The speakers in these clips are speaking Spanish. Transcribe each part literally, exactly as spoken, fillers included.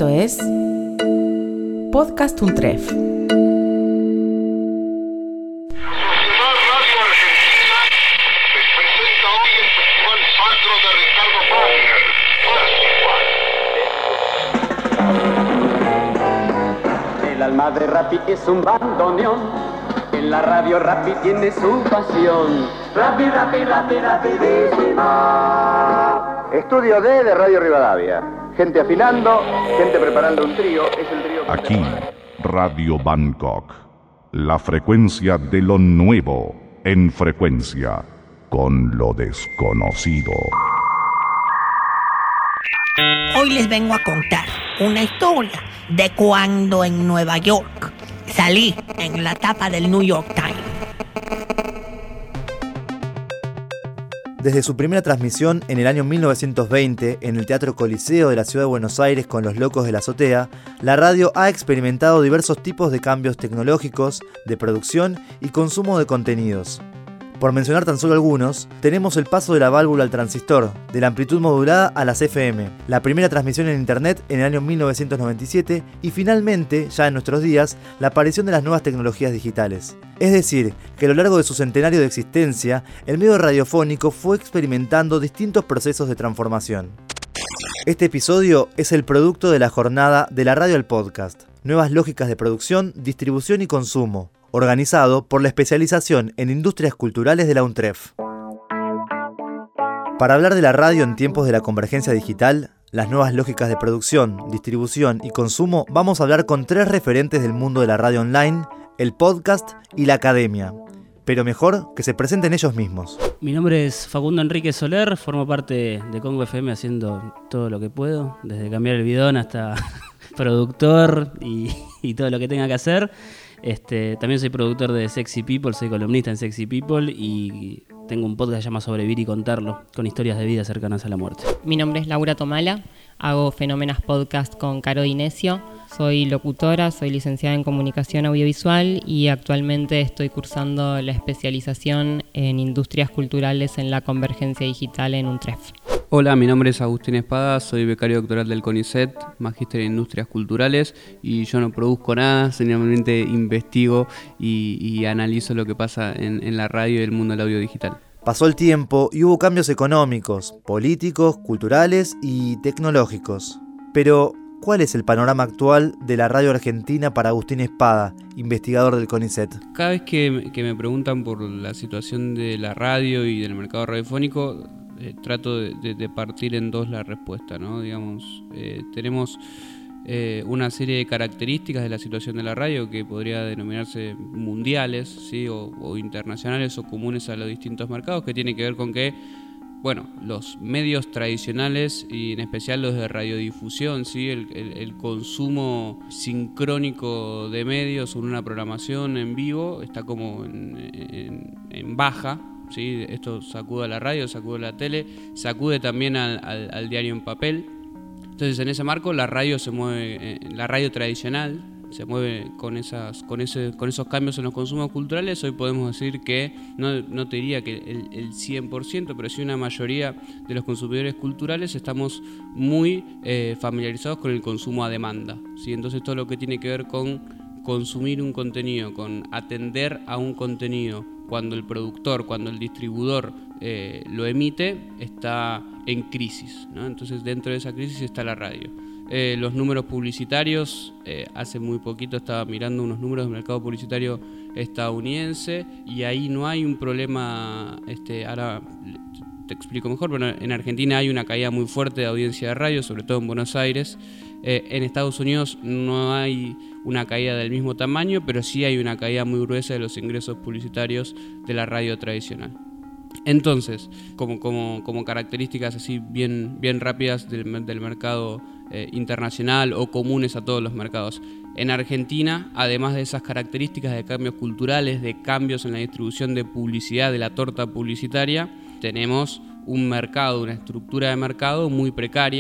Esto es Podcast Untref. El alma de Rappi es un bandoneón, en la radio Rappi tiene su pasión. Rappi, Rappi, Rappi, rapidísimo. Estudio D de Radio Rivadavia. Gente afinando, gente preparando un trío. Es el trío. Aquí, Radio Bangkok. La frecuencia de lo nuevo en frecuencia con lo desconocido. Hoy les vengo a contar una historia de cuando en Nueva York salí en la tapa del New York Times. Desde su primera transmisión en el año mil novecientos veinte en el Teatro Coliseo de la Ciudad de Buenos Aires con Los Locos de la Azotea, la radio ha experimentado diversos tipos de cambios tecnológicos, de producción y consumo de contenidos. Por mencionar tan solo algunos, tenemos el paso de la válvula al transistor, de la amplitud modulada a las F M, la primera transmisión en Internet en el año mil novecientos noventa y siete y finalmente, ya en nuestros días, la aparición de las nuevas tecnologías digitales. Es decir, que a lo largo de su centenario de existencia, el medio radiofónico fue experimentando distintos procesos de transformación. Este episodio es el producto de la jornada De la radio al podcast, nuevas lógicas de producción, distribución y consumo, organizado por la especialización en Industrias Culturales de la UNTREF. Para hablar de la radio en tiempos de la convergencia digital, las nuevas lógicas de producción, distribución y consumo, vamos a hablar con tres referentes del mundo de la radio online, el podcast y la academia. Pero mejor que se presenten ellos mismos. Mi nombre es Facundo Enrique Soler, formo parte de Congo F M haciendo todo lo que puedo, desde cambiar el bidón hasta productor y, y todo lo que tenga que hacer. Este, también soy productor de Sexy People, soy columnista en Sexy People y tengo un podcast que se llama Sobrevivir y Contarlo, con historias de vida cercanas a la muerte. Mi nombre es Laura Tomala, hago Fenómenas Podcast con Caro Dinesio, soy locutora, soy licenciada en Comunicación Audiovisual y actualmente estoy cursando la especialización en Industrias Culturales en la Convergencia Digital en UNTREF. Hola, mi nombre es Agustín Espada, soy becario doctoral del CONICET, magíster en Industrias Culturales y yo no produzco nada, simplemente investigo y, y analizo lo que pasa en, en la radio y el mundo del audio digital. Pasó el tiempo y hubo cambios económicos, políticos, culturales y tecnológicos. Pero, ¿cuál es el panorama actual de la radio argentina para Agustín Espada, investigador del CONICET? Cada vez que, que me preguntan por la situación de la radio y del mercado radiofónico, Eh, trato de, de, de partir en dos la respuesta, ¿no? Digamos, eh, tenemos eh, una serie de características de la situación de la radio que podría denominarse mundiales, ¿sí? o, o internacionales o comunes a los distintos mercados, que tiene que ver con que, bueno, los medios tradicionales y en especial los de radiodifusión, ¿sí? el, el, el consumo sincrónico de medios o una programación en vivo está como en, en, en baja. ¿Sí? Esto sacude a la radio, sacude a la tele, sacude también al, al, al diario en papel. Entonces, en ese marco, la radio se mueve, eh, la radio tradicional se mueve con esas, con ese, con esos cambios en los consumos culturales. Hoy podemos decir que, no, no te diría que el, el cien por ciento, pero sí una mayoría de los consumidores culturales estamos muy eh, familiarizados con el consumo a demanda, ¿sí? Entonces, todo lo que tiene que ver con consumir un contenido, con atender a un contenido, cuando el productor, cuando el distribuidor eh, lo emite, está en crisis, ¿no? Entonces, dentro de esa crisis está la radio. Eh, los números publicitarios, eh, hace muy poquito estaba mirando unos números del mercado publicitario estadounidense y ahí no hay un problema, este, ahora te explico mejor, pero en Argentina hay una caída muy fuerte de audiencia de radio, sobre todo en Buenos Aires. Eh, en Estados Unidos no hay una caída del mismo tamaño, pero sí hay una caída muy gruesa de los ingresos publicitarios de la radio tradicional. Entonces, como, como, como características así bien, bien rápidas del, del mercado eh, internacional o comunes a todos los mercados. En Argentina, además de esas características de cambios culturales, de cambios en la distribución de publicidad, de la torta publicitaria, tenemos un mercado, una estructura de mercado muy precaria,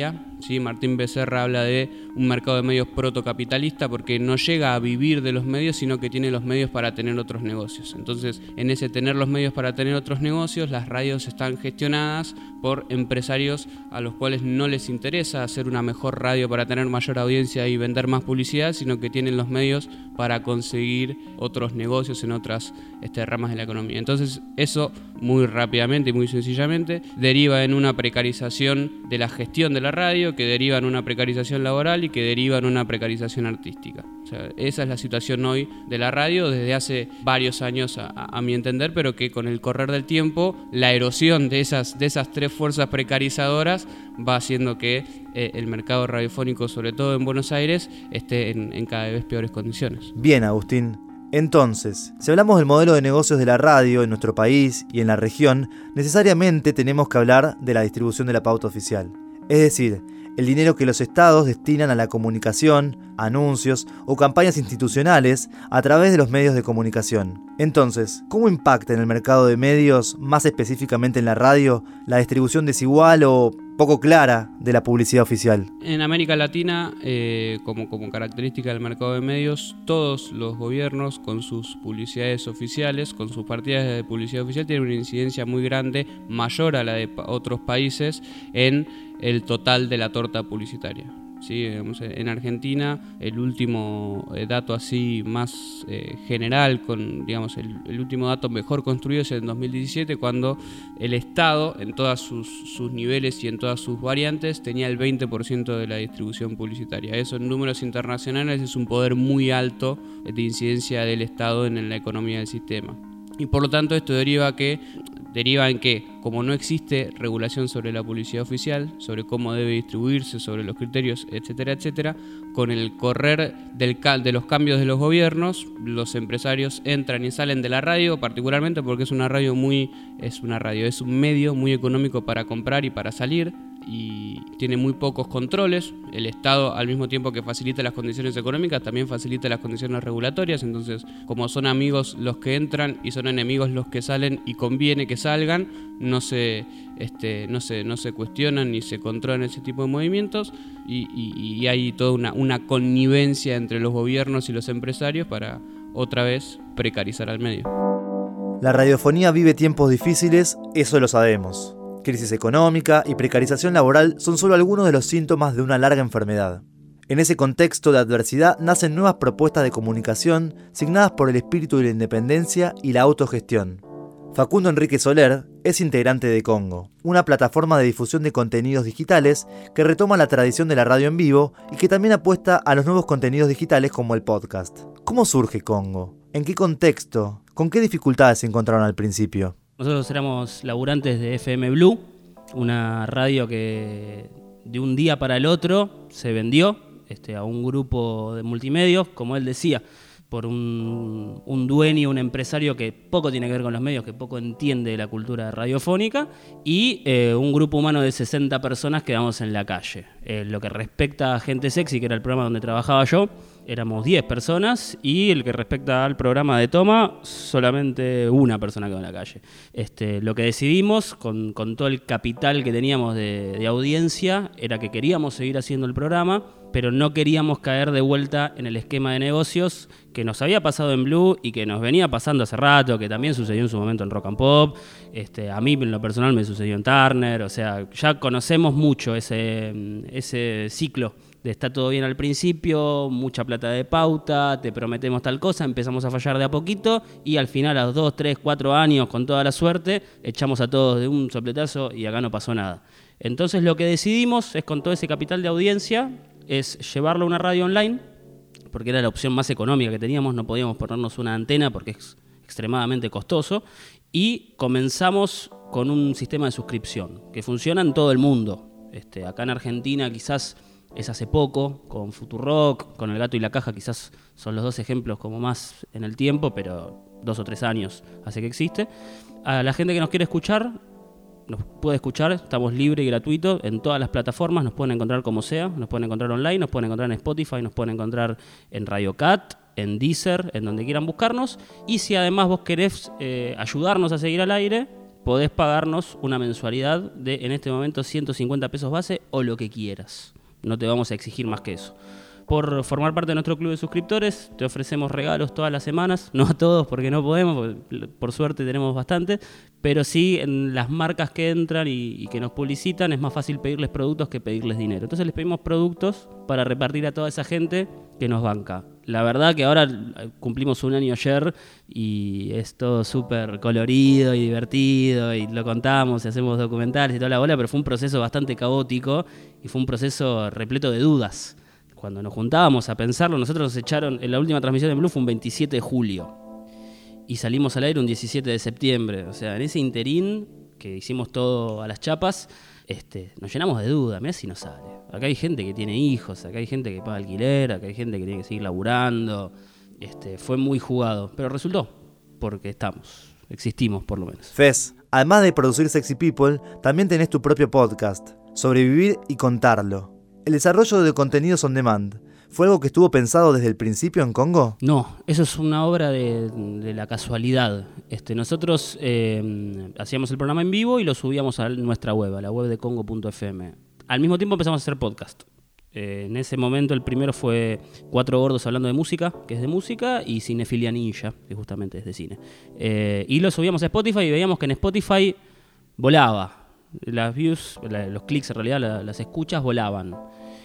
¿sí? Martín Becerra habla de un mercado de medios protocapitalista porque no llega a vivir de los medios, sino que tiene los medios para tener otros negocios. Entonces, en ese tener los medios para tener otros negocios, las radios están gestionadas por empresarios a los cuales no les interesa hacer una mejor radio para tener mayor audiencia y vender más publicidad, sino que tienen los medios para conseguir otros negocios en otras este, ramas de la economía. Entonces, eso muy rápidamente y muy sencillamente deriva en una precarización de la gestión de la radio, que deriva en una precarización laboral y que deriva en una precarización artística. O sea, esa es la situación hoy de la radio desde hace varios años a, a mi entender, pero que con el correr del tiempo la erosión de esas, de esas tres fuerzas precarizadoras va haciendo que eh, el mercado radiofónico, sobre todo en Buenos Aires, esté en, en cada vez peores condiciones. Bien, Agustín. Entonces, si hablamos del modelo de negocios de la radio en nuestro país y en la región, necesariamente tenemos que hablar de la distribución de la pauta oficial. Es decir, el dinero que los estados destinan a la comunicación, anuncios o campañas institucionales a través de los medios de comunicación. Entonces, ¿cómo impacta en el mercado de medios, más específicamente en la radio, la distribución desigual o poco clara de la publicidad oficial? En América Latina, eh, como, como característica del mercado de medios, todos los gobiernos con sus publicidades oficiales, con sus partidas de publicidad oficial, tienen una incidencia muy grande, mayor a la de otros países, en el total de la torta publicitaria. Sí, en Argentina el último dato así más eh, general, con digamos el, el último dato mejor construido es en dos mil diecisiete, cuando el Estado en todos sus, sus niveles y en todas sus variantes tenía el veinte por ciento de la distribución publicitaria. Eso en números internacionales es un poder muy alto de incidencia del Estado en la economía del sistema. Y por lo tanto esto deriva que deriva en que, como no existe regulación sobre la publicidad oficial, sobre cómo debe distribuirse, sobre los criterios, etcétera, etcétera, con el correr del, de los cambios de los gobiernos, los empresarios entran y salen de la radio, particularmente porque es una radio muy, es una radio, es un medio muy económico para comprar y para salir, y tiene muy pocos controles. El Estado, al mismo tiempo que facilita las condiciones económicas, también facilita las condiciones regulatorias. Entonces, como son amigos los que entran y son enemigos los que salen y conviene que salgan, no se, este, no se, no se cuestionan ni se controlan ese tipo de movimientos, y, y, y hay toda una, una connivencia entre los gobiernos y los empresarios para otra vez precarizar al medio. La radiofonía vive tiempos difíciles, eso lo sabemos. Crisis económica y precarización laboral son solo algunos de los síntomas de una larga enfermedad. En ese contexto de adversidad nacen nuevas propuestas de comunicación signadas por el espíritu de la independencia y la autogestión. Facundo Enrique Soler es integrante de Congo, una plataforma de difusión de contenidos digitales que retoma la tradición de la radio en vivo y que también apuesta a los nuevos contenidos digitales como el podcast. ¿Cómo surge Congo? ¿En qué contexto? ¿Con qué dificultades se encontraron al principio? Nosotros éramos laburantes de F M Blue, una radio que de un día para el otro se vendió este, a un grupo de multimedios, como él decía, por un, un dueño, un empresario que poco tiene que ver con los medios, que poco entiende la cultura radiofónica, y eh, un grupo humano de sesenta personas quedamos en la calle. Eh, lo que respecta a Gente Sexy, que era el programa donde trabajaba yo, éramos diez personas, y el que respecta al programa de Toma, solamente una persona quedó en la calle. Este, lo que decidimos, con, con todo el capital que teníamos de, de audiencia, era que queríamos seguir haciendo el programa, pero no queríamos caer de vuelta en el esquema de negocios que nos había pasado en Blue y que nos venía pasando hace rato, que también sucedió en su momento en Rock and Pop. Este, a mí en lo personal me sucedió en Turner, o sea, ya conocemos mucho ese, ese ciclo de está todo bien al principio, mucha plata de pauta, te prometemos tal cosa, empezamos a fallar de a poquito y al final a los dos, tres, cuatro años con toda la suerte echamos a todos de un sopletazo y acá no pasó nada. Entonces lo que decidimos es, con todo ese capital de audiencia, es llevarlo a una radio online, porque era la opción más económica que teníamos, no podíamos ponernos una antena porque es extremadamente costoso, y comenzamos con un sistema de suscripción que funciona en todo el mundo. Este, acá en Argentina quizás es hace poco, con Futurock, con El Gato y la Caja, quizás son los dos ejemplos como más en el tiempo, pero dos o tres años hace que existe. A la gente que nos quiere escuchar, nos puede escuchar, estamos libre y gratuito en todas las plataformas, nos pueden encontrar como sea, nos pueden encontrar online, nos pueden encontrar en Spotify, nos pueden encontrar en Radio Cat, en Deezer, en donde quieran buscarnos. Y si además vos querés eh, ayudarnos a seguir al aire, podés pagarnos una mensualidad de, en este momento, ciento cincuenta pesos base o lo que quieras. no te vamos a exigir más que eso. Por formar parte de nuestro club de suscriptores, te ofrecemos regalos todas las semanas, no a todos porque no podemos, porque por suerte tenemos bastante, pero sí en las marcas que entran y, y que nos publicitan es más fácil pedirles productos que pedirles dinero. Entonces les pedimos productos para repartir a toda esa gente que nos banca. La verdad que ahora cumplimos un año ayer y es todo súper colorido y divertido y lo contamos y hacemos documentales y toda la bola, pero fue un proceso bastante caótico y fue un proceso repleto de dudas. Cuando nos juntábamos a pensarlo, nosotros nos echaron, en la última transmisión de Blue fue un veintisiete de julio y salimos al aire un diecisiete de septiembre. O sea, en ese interín que hicimos todo a las chapas, este, nos llenamos de dudas. Mirá si no sale. Acá hay gente que tiene hijos, acá hay gente que paga alquiler, acá hay gente que tiene que seguir laburando. Este, fue muy jugado, pero resultó, porque estamos, existimos por lo menos. Fez, además de producir Sexy People, también tenés tu propio podcast, Sobrevivir y Contarlo. ¿El desarrollo de contenidos on demand fue algo que estuvo pensado desde el principio en Congo? No, eso es una obra de, de la casualidad. Este, nosotros eh, hacíamos el programa en vivo y lo subíamos a nuestra web, a la web de congo punto efe eme. Al mismo tiempo empezamos a hacer podcast. Eh, en ese momento el primero fue Cuatro Gordos hablando de música, que es de música, y Cinefilia Ninja, que justamente es de cine. Eh, y lo subíamos a Spotify y veíamos que en Spotify volaba. Las views, la, los clics en realidad, la, las escuchas volaban.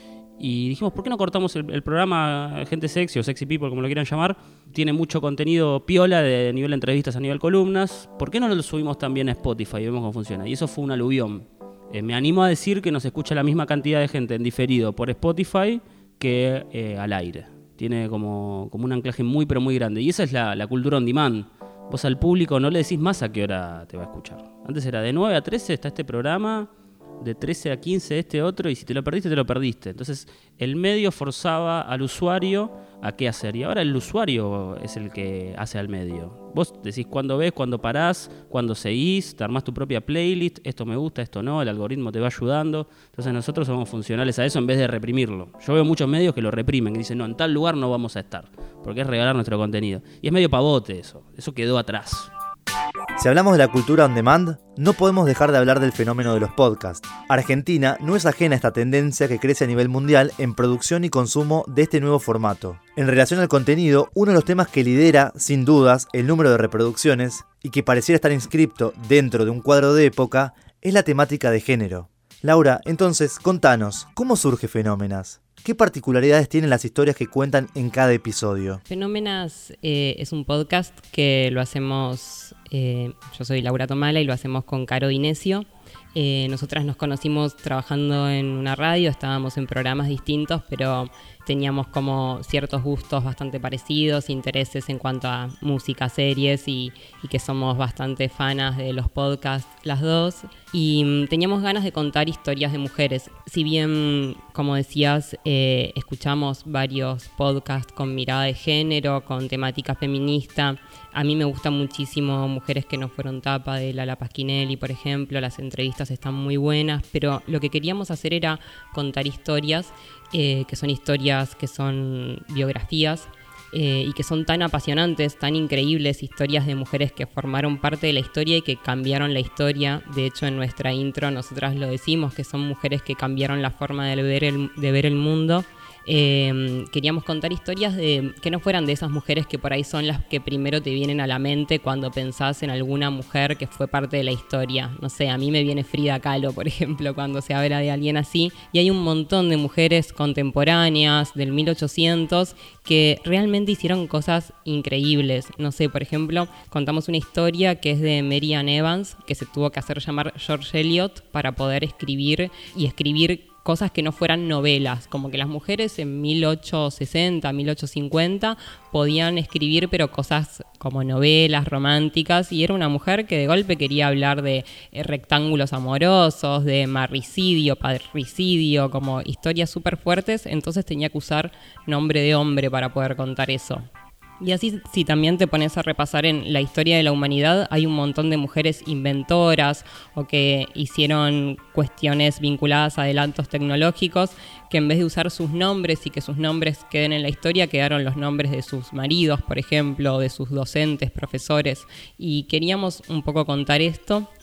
Y dijimos, ¿por qué no cortamos el, el programa Gente Sexy o Sexy People, como lo quieran llamar? Tiene mucho contenido piola de nivel entrevistas a nivel columnas. ¿Por qué no lo subimos también a Spotify y vemos cómo funciona? Y eso fue un aluvión. Eh, me animo a decir que nos escucha la misma cantidad de gente en diferido por Spotify que eh, al aire. Tiene como, como un anclaje muy pero muy grande. Y esa es la, la cultura on demand. Vos al público no le decís más a qué hora te va a escuchar. Antes era de nueve a trece está este programa, de trece a quince este otro, y si te lo perdiste, te lo perdiste. Entonces el medio forzaba al usuario a qué hacer, y ahora el usuario es el que hace al medio. Vos decís cuándo ves, cuándo parás, cuándo seguís, te armás tu propia playlist, esto me gusta, esto no, el algoritmo te va ayudando. Entonces nosotros somos funcionales a eso en vez de reprimirlo. Yo veo muchos medios que lo reprimen, que dicen, no, en tal lugar no vamos a estar, porque es regalar nuestro contenido. Y es medio pavote eso, eso quedó atrás. Si hablamos de la cultura on demand, no podemos dejar de hablar del fenómeno de los podcasts. Argentina no es ajena a esta tendencia que crece a nivel mundial en producción y consumo de este nuevo formato. En relación al contenido, uno de los temas que lidera, sin dudas, el número de reproducciones y que pareciera estar inscripto dentro de un cuadro de época, es la temática de género. Laura, entonces, contanos, ¿cómo surge Fenómenas? ¿Qué particularidades tienen las historias que cuentan en cada episodio? Fenómenas eh, es un podcast que lo hacemos, eh, yo soy Laura Tomala y lo hacemos con Caro Dinesio. Eh, nosotras nos conocimos trabajando en una radio, estábamos en programas distintos, pero teníamos como ciertos gustos bastante parecidos, intereses en cuanto a música, series y, y que somos bastante fanas de los podcasts las dos. Y um, teníamos ganas de contar historias de mujeres. Si bien, como decías, eh, escuchamos varios podcasts con mirada de género, con temática feminista. A mí me gustan muchísimo Mujeres que no fueron tapa de Lala Pasquinelli, por ejemplo. Las entrevistas están muy buenas, pero lo que queríamos hacer era contar historias, eh, que son historias, que son biografías, eh, y que son tan apasionantes, tan increíbles, historias de mujeres que formaron parte de la historia y que cambiaron la historia. De hecho, en nuestra intro nosotras lo decimos, que son mujeres que cambiaron la forma de ver el, de ver el mundo. Eh, queríamos contar historias de, que no fueran de esas mujeres que por ahí son las que primero te vienen a la mente cuando pensás en alguna mujer que fue parte de la historia. No sé, a mí me viene Frida Kahlo, por ejemplo, cuando se habla de alguien así. Y hay un montón de mujeres contemporáneas del mil ochocientos que realmente hicieron cosas increíbles. No sé, por ejemplo, contamos una historia que es de Mary Ann Evans, que se tuvo que hacer llamar George Eliot para poder escribir y escribir cosas que no fueran novelas, como que las mujeres en mil ochocientos sesenta, mil ochocientos cincuenta podían escribir pero cosas como novelas románticas, y era una mujer que de golpe quería hablar de eh, rectángulos amorosos, de marricidio, padricidio, como historias súper fuertes, entonces tenía que usar nombre de hombre para poder contar eso. Y así, si también te pones a repasar en la historia de la humanidad, hay un montón de mujeres inventoras o que hicieron cuestiones vinculadas a adelantos tecnológicos, que en vez de usar sus nombres y que sus nombres queden en la historia, quedaron los nombres de sus maridos, por ejemplo, de sus docentes, profesores. Y queríamos un poco contar esto.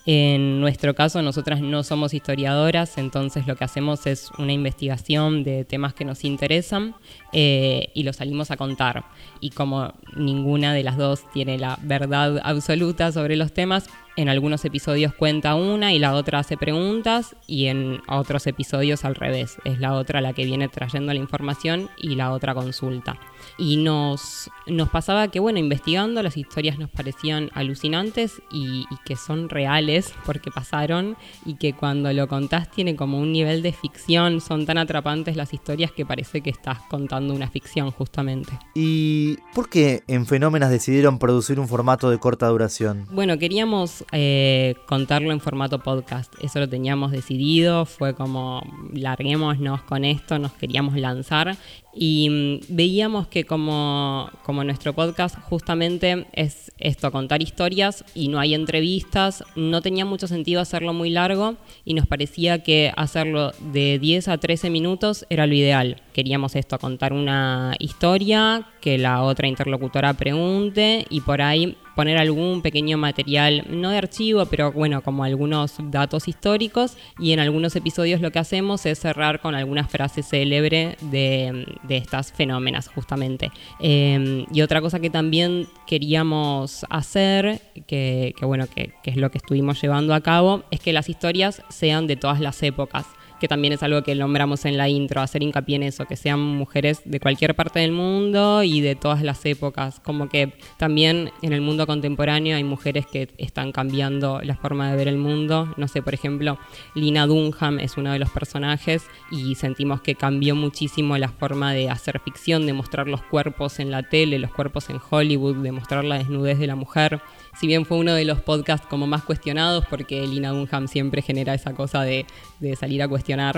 En nuestro caso, nosotras no somos historiadoras, entonces lo que hacemos es una investigación de temas que nos interesan eh, y los salimos a contar. Y como ninguna de las dos tiene la verdad absoluta sobre los temas, en algunos episodios cuenta una y la otra hace preguntas, y en otros episodios al revés. Es la otra la que viene trayendo la información y la otra consulta. Y nos, nos pasaba que, bueno, investigando las historias nos parecían alucinantes y, y que son reales porque pasaron, y que cuando lo contás tiene como un nivel de ficción. Son tan atrapantes las historias que parece que estás contando una ficción justamente. ¿Y por qué en Fenómenas decidieron producir un formato de corta duración? Bueno, queríamos eh, contarlo en formato podcast. Eso lo teníamos decidido. Fue como, larguémonos con esto, nos queríamos lanzar. Y mmm, veíamos que como, como nuestro podcast justamente es esto, contar historias y no hay entrevistas, no tenía mucho sentido hacerlo muy largo y nos parecía que hacerlo de diez a trece minutos era lo ideal. Queríamos esto, contar una historia, que la otra interlocutora pregunte y por ahí poner algún pequeño material, no de archivo, pero bueno, como algunos datos históricos, y en algunos episodios lo que hacemos es cerrar con algunas frases célebres de, de estas fenómenas, justamente. Eh, y otra cosa que también queríamos hacer, que, que bueno, que, que es lo que estuvimos llevando a cabo, es que las historias sean de todas las épocas, que también es algo que nombramos en la intro, hacer hincapié en eso, que sean mujeres de cualquier parte del mundo y de todas las épocas. Como que también en el mundo contemporáneo hay mujeres que están cambiando la forma de ver el mundo. No sé, por ejemplo, Lina Dunham es uno de los personajes y sentimos que cambió muchísimo la forma de hacer ficción, de mostrar los cuerpos en la tele, los cuerpos en Hollywood, de mostrar la desnudez de la mujer. Si bien fue uno de los podcasts como más cuestionados, porque Lina Dunham siempre genera esa cosa de, de salir a cuestionar,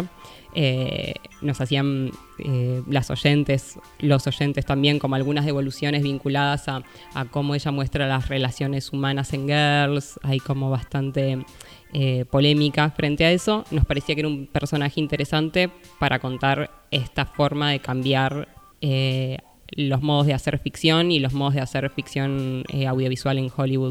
eh, nos hacían eh, las oyentes, los oyentes también, como algunas devoluciones vinculadas a, a cómo ella muestra las relaciones humanas en Girls. Hay como bastante eh, polémica frente a eso. Nos parecía que era un personaje interesante para contar esta forma de cambiar eh, los modos de hacer ficción y los modos de hacer ficción eh, audiovisual en Hollywood.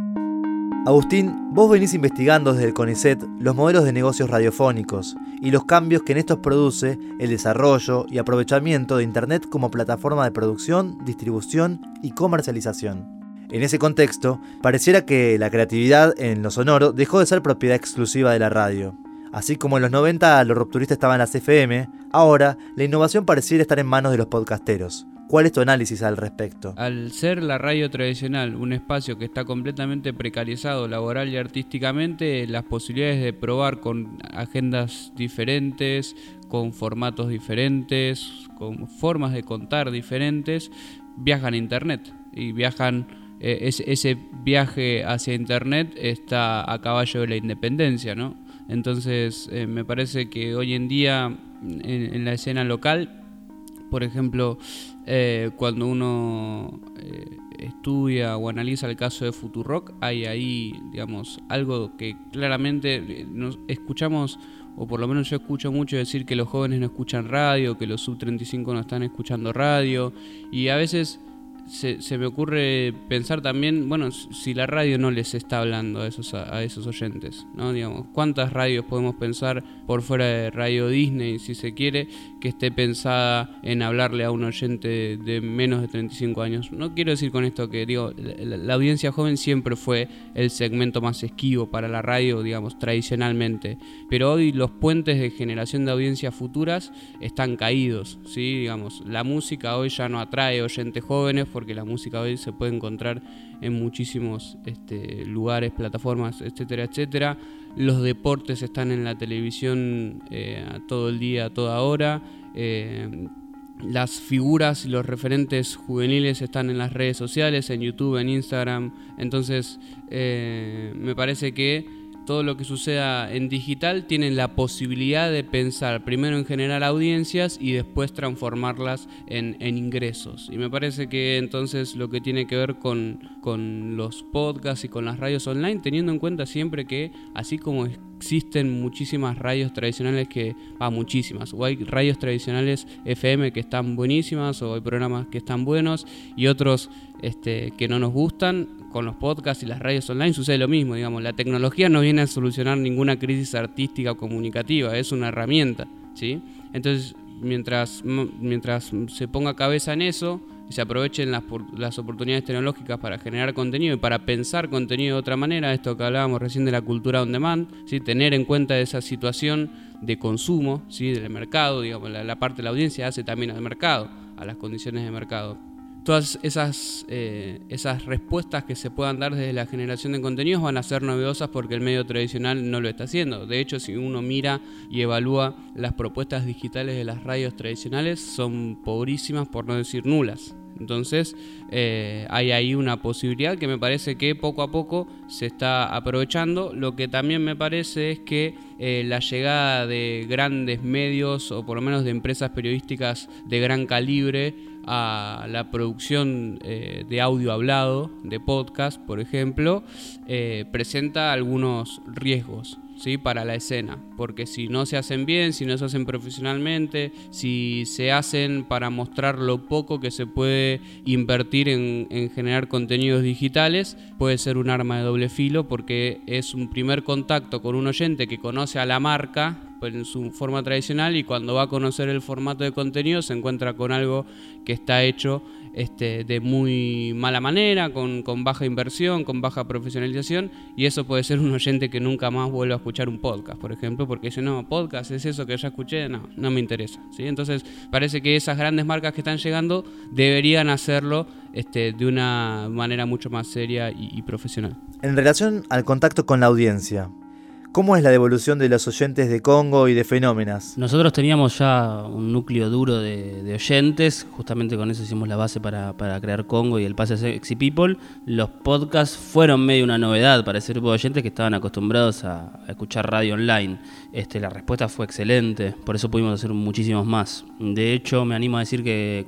Agustín, vos venís investigando desde el CONICET los modelos de negocios radiofónicos y los cambios que en estos produce el desarrollo y aprovechamiento de Internet como plataforma de producción, distribución y comercialización. En ese contexto, pareciera que la creatividad en lo sonoro dejó de ser propiedad exclusiva de la radio. Así como en los noventa los rupturistas estaban en las F M, ahora la innovación pareciera estar en manos de los podcasteros. ¿Cuál es tu análisis al respecto? Al ser la radio tradicional un espacio que está completamente precarizado laboral y artísticamente, las posibilidades de probar con agendas diferentes, con formatos diferentes, con formas de contar diferentes, viajan a Internet. Y viajan, eh, ese, ese viaje hacia Internet está a caballo de la independencia, ¿no? Entonces eh, me parece que hoy en día en, en la escena local, por ejemplo, eh, cuando uno eh, estudia o analiza el caso de Futurock, hay ahí, digamos, algo que claramente nos escuchamos, o por lo menos yo escucho mucho decir que los jóvenes no escuchan radio, que los sub treinta y cinco no están escuchando radio, y a veces se, se me ocurre pensar también, bueno, si la radio no les está hablando a esos, a, a esos oyentes, ¿no? Digamos, ¿cuántas radios podemos pensar por fuera de Radio Disney, si se quiere, que esté pensada en hablarle a un oyente de, de menos de treinta y cinco años? No quiero decir con esto que, digo, la, la audiencia joven siempre fue el segmento más esquivo para la radio, digamos, tradicionalmente, pero hoy los puentes de generación de audiencias futuras están caídos, ¿sí? Digamos, la música hoy ya no atrae oyentes jóvenes, porque la música hoy se puede encontrar en muchísimos este, lugares, plataformas, etcétera, etcétera. Los deportes están en la televisión eh, todo el día, a toda hora. Eh, las figuras y los referentes juveniles están en las redes sociales, en YouTube, en Instagram. Entonces, eh, me parece que todo lo que suceda en digital tiene la posibilidad de pensar primero en generar audiencias y después transformarlas en, en ingresos. Y me parece que entonces lo que tiene que ver con, con los podcasts y con las radios online, teniendo en cuenta siempre que así como es existen muchísimas radios tradicionales que, ah, muchísimas, o hay radios tradicionales F M que están buenísimas, o hay programas que están buenos, y otros este, que no nos gustan. Con los podcasts y las radios online sucede lo mismo, digamos, la tecnología no viene a solucionar ninguna crisis artística o comunicativa, es una herramienta, ¿sí? Entonces, mientras, mientras se ponga cabeza en eso, y se aprovechen las, las oportunidades tecnológicas para generar contenido y para pensar contenido de otra manera, esto que hablábamos recién de la cultura on demand, ¿sí? Tener en cuenta esa situación de consumo, ¿sí? Del mercado, digamos, la, la parte de la audiencia hace también al mercado, a las condiciones de mercado. Todas esas, eh, esas respuestas que se puedan dar desde la generación de contenidos van a ser novedosas porque el medio tradicional no lo está haciendo. De hecho, si uno mira y evalúa las propuestas digitales de las radios tradicionales, son pobrísimas, por no decir nulas. Entonces eh, hay ahí una posibilidad que me parece que poco a poco se está aprovechando. Lo que también me parece es que eh, la llegada de grandes medios, o por lo menos de empresas periodísticas de gran calibre, a la producción eh, de audio hablado, de podcast, por ejemplo, eh, presenta algunos riesgos, ¿sí? Para la escena, porque si no se hacen bien, si no se hacen profesionalmente, si se hacen para mostrar lo poco que se puede invertir en, en generar contenidos digitales, puede ser un arma de doble filo, porque es un primer contacto con un oyente que conoce a la marca en su forma tradicional, y cuando va a conocer el formato de contenido se encuentra con algo que está hecho este, de muy mala manera, con, con baja inversión, con baja profesionalización, y eso puede ser un oyente que nunca más vuelva a escuchar un podcast, por ejemplo, porque dice, no, podcast es eso que ya escuché, no, no me interesa, ¿sí? Entonces parece que esas grandes marcas que están llegando deberían hacerlo este, de una manera mucho más seria y, y profesional. En relación al contacto con la audiencia, ¿cómo es la devolución de los oyentes de Congo y de Fenómenas? Nosotros teníamos ya un núcleo duro de, de oyentes, justamente con eso hicimos la base para, para crear Congo y el pase a Sexy People. Los podcasts fueron medio una novedad para ese grupo de oyentes que estaban acostumbrados a, a escuchar radio online. Este, la respuesta fue excelente, por eso pudimos hacer muchísimos más. De hecho, me animo a decir que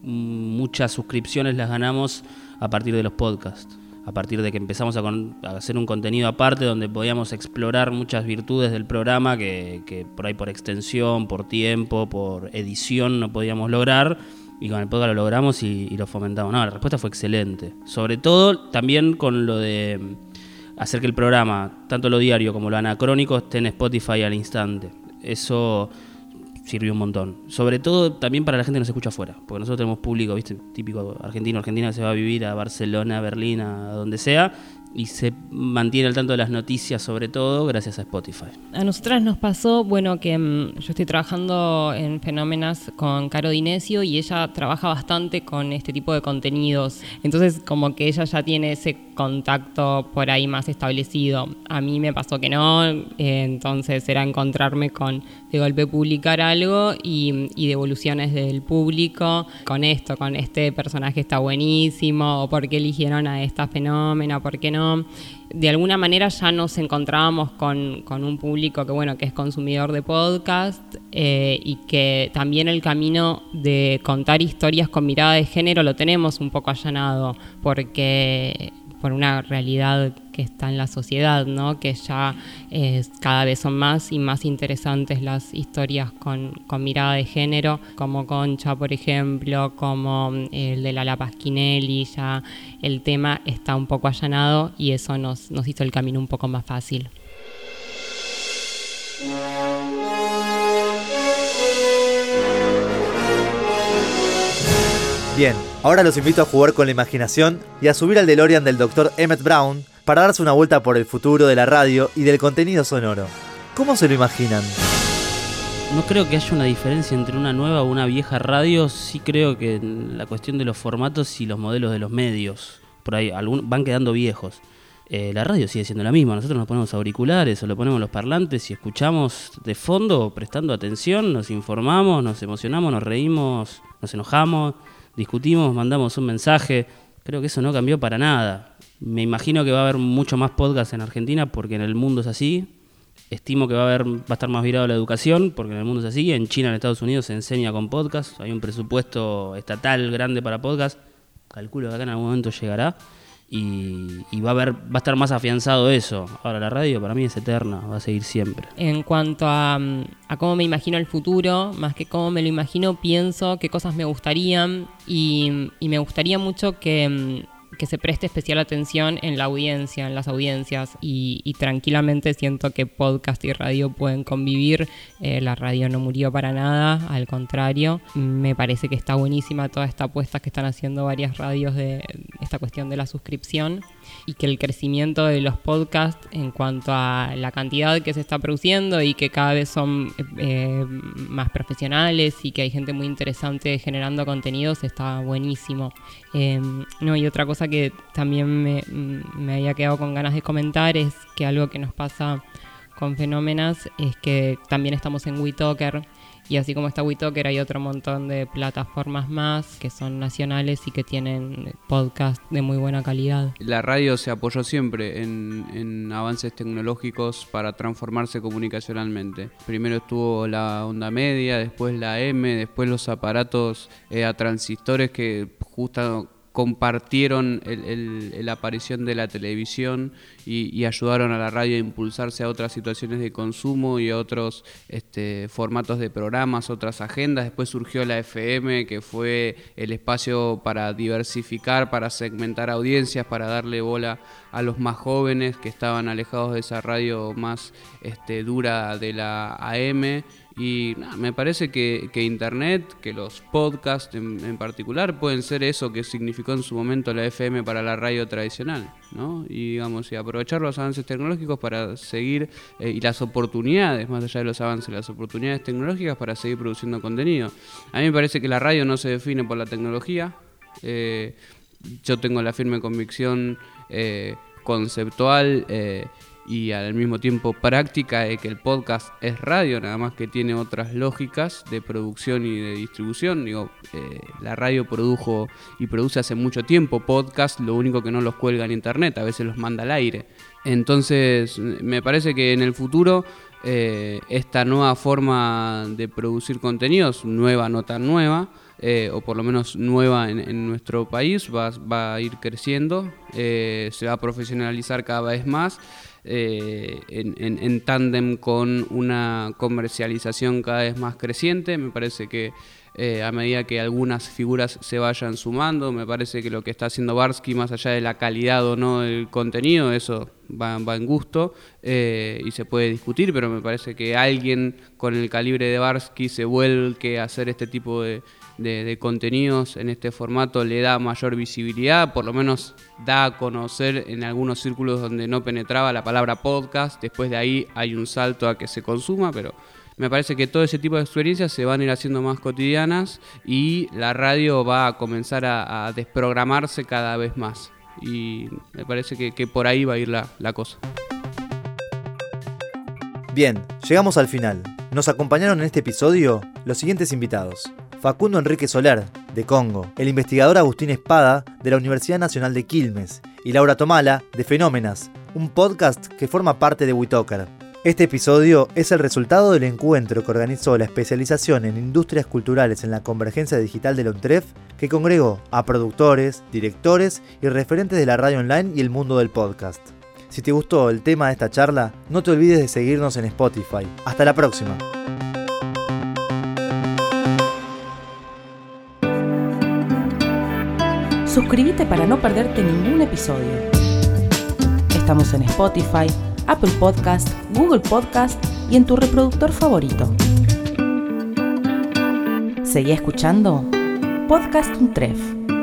muchas suscripciones las ganamos a partir de los podcasts. A partir de que empezamos a, con, a hacer un contenido aparte donde podíamos explorar muchas virtudes del programa que, que por ahí por extensión, por tiempo, por edición no podíamos lograr, y con el podcast lo logramos y, y lo fomentamos. No, la respuesta fue excelente. Sobre todo también con lo de hacer que el programa, tanto lo diario como lo anacrónico, esté en Spotify al instante. Eso sirvió un montón. Sobre todo también para la gente que nos escucha afuera, porque nosotros tenemos público, ¿viste? Típico argentino, argentina que se va a vivir a Barcelona, a Berlín, a donde sea, y se mantiene al tanto de las noticias, sobre todo gracias a Spotify. A nosotras nos pasó, bueno, que um, yo estoy trabajando en Fenómenas con Caro Dinesio, y ella trabaja bastante con este tipo de contenidos. Entonces, como que ella ya tiene ese contacto por ahí más establecido. A mí me pasó que no, eh, entonces era encontrarme con, de golpe, publicar algo y, y devoluciones del público con esto, con este personaje está buenísimo, o por qué eligieron a esta Fenómena, por qué no. De alguna manera ya nos encontrábamos con, con un público que, bueno, que es consumidor de podcast, eh, y que también el camino de contar historias con mirada de género lo tenemos un poco allanado, porque por una realidad que está en la sociedad, ¿no? Que ya eh, cada vez son más y más interesantes las historias con, con mirada de género, como Concha, por ejemplo, como el de Lala Pasquinelli. Ya el tema está un poco allanado y eso nos, nos hizo el camino un poco más fácil. Bien, ahora los invito a jugar con la imaginación y a subir al DeLorean del doctor Emmett Brown para darse una vuelta por el futuro de la radio y del contenido sonoro. ¿Cómo se lo imaginan? No creo que haya una diferencia entre una nueva o una vieja radio. Sí creo que la cuestión de los formatos y los modelos de los medios, por ahí algún, van quedando viejos. Eh, la radio sigue siendo la misma. Nosotros nos ponemos auriculares o le ponemos los parlantes y escuchamos de fondo, prestando atención, nos informamos, nos emocionamos, nos reímos, nos enojamos, discutimos, mandamos un mensaje. Creo que eso no cambió para nada. Me imagino que va a haber mucho más podcast en Argentina porque en el mundo es así. Estimo que va a haber, va a estar más virado a la educación porque en el mundo es así. En China, en Estados Unidos se enseña con podcast. Hay un presupuesto estatal grande para podcast. Calculo que acá en algún momento llegará. y, y va a haber, va a estar más afianzado eso. Ahora la radio para mí es eterna, va a seguir siempre. En cuanto a, a cómo me imagino el futuro, más que cómo me lo imagino, pienso qué cosas me gustarían y, y me gustaría mucho que, que se preste especial atención en la audiencia, en las audiencias y, y tranquilamente siento que podcast y radio pueden convivir. Eh, la radio no murió para nada, al contrario, me parece que está buenísima toda esta apuesta que están haciendo varias radios de esta cuestión de la suscripción y que el crecimiento de los podcasts en cuanto a la cantidad que se está produciendo y que cada vez son eh, más profesionales y que hay gente muy interesante generando contenidos está buenísimo. Eh, no, y otra cosa que también me, me había quedado con ganas de comentar es que algo que nos pasa con Fenómenas es que también estamos en WeTalker y así como está WeTalker hay otro montón de plataformas más que son nacionales y que tienen podcast de muy buena calidad. La radio se apoyó siempre en, en avances tecnológicos para transformarse comunicacionalmente. Primero estuvo la onda media, después la M, después los aparatos eh, a transistores que justo compartieron el, el, la aparición de la televisión y, y ayudaron a la radio a impulsarse a otras situaciones de consumo y a otros este, formatos de programas, otras agendas. Después surgió la F M, que fue el espacio para diversificar, para segmentar audiencias, para darle bola a los más jóvenes que estaban alejados de esa radio más este, dura de la A M. Y nah, me parece que, que Internet, que los podcasts en, en particular, pueden ser eso que significó en su momento la F M para la radio tradicional, ¿no? Y digamos, y aprovechar los avances tecnológicos para seguir, eh, y las oportunidades, más allá de los avances, las oportunidades tecnológicas para seguir produciendo contenido. A mí me parece que la radio no se define por la tecnología. Eh, yo tengo la firme convicción eh, conceptual eh, y al mismo tiempo práctica de que el podcast es radio, nada más que tiene otras lógicas de producción y de distribución. Digo, eh, la radio produjo y produce hace mucho tiempo podcast, lo único que no los cuelga en internet, a veces los manda al aire. Entonces me parece que en el futuro eh, esta nueva forma de producir contenidos, nueva, no tan nueva, Eh, o por lo menos nueva en, en nuestro país, va, va a ir creciendo, eh, se va a profesionalizar cada vez más, eh, en, en, en tándem con una comercialización cada vez más creciente. Me parece que eh, a medida que algunas figuras se vayan sumando, me parece que lo que está haciendo Barsky, más allá de la calidad o no del contenido, eso va, va en gusto eh, y se puede discutir, pero me parece que alguien con el calibre de Barsky se vuelque a hacer este tipo de De, de contenidos en este formato, le da mayor visibilidad, por lo menos da a conocer en algunos círculos donde no penetraba la palabra podcast. Después de ahí hay un salto a que se consuma, pero me parece que todo ese tipo de experiencias se van a ir haciendo más cotidianas y la radio va a comenzar a, a desprogramarse cada vez más, y me parece que, que por ahí va a ir la, la cosa. Bien, llegamos al final. Nos acompañaron en este episodio los siguientes invitados: Facundo Enrique Soler, de Congo, el investigador Agustín Espada, de la Universidad Nacional de Quilmes, y Laura Tomala, de Fenómenas, un podcast que forma parte de WeTalker. Este episodio es el resultado del encuentro que organizó la especialización en Industrias Culturales en la Convergencia Digital de la UNTREF, que congregó a productores, directores y referentes de la radio online y el mundo del podcast. Si te gustó el tema de esta charla, no te olvides de seguirnos en Spotify. Hasta la próxima. Suscríbete para no perderte ningún episodio. Estamos en Spotify, Apple Podcast, Google Podcast y en tu reproductor favorito. Seguí escuchando Podcast UNTREF.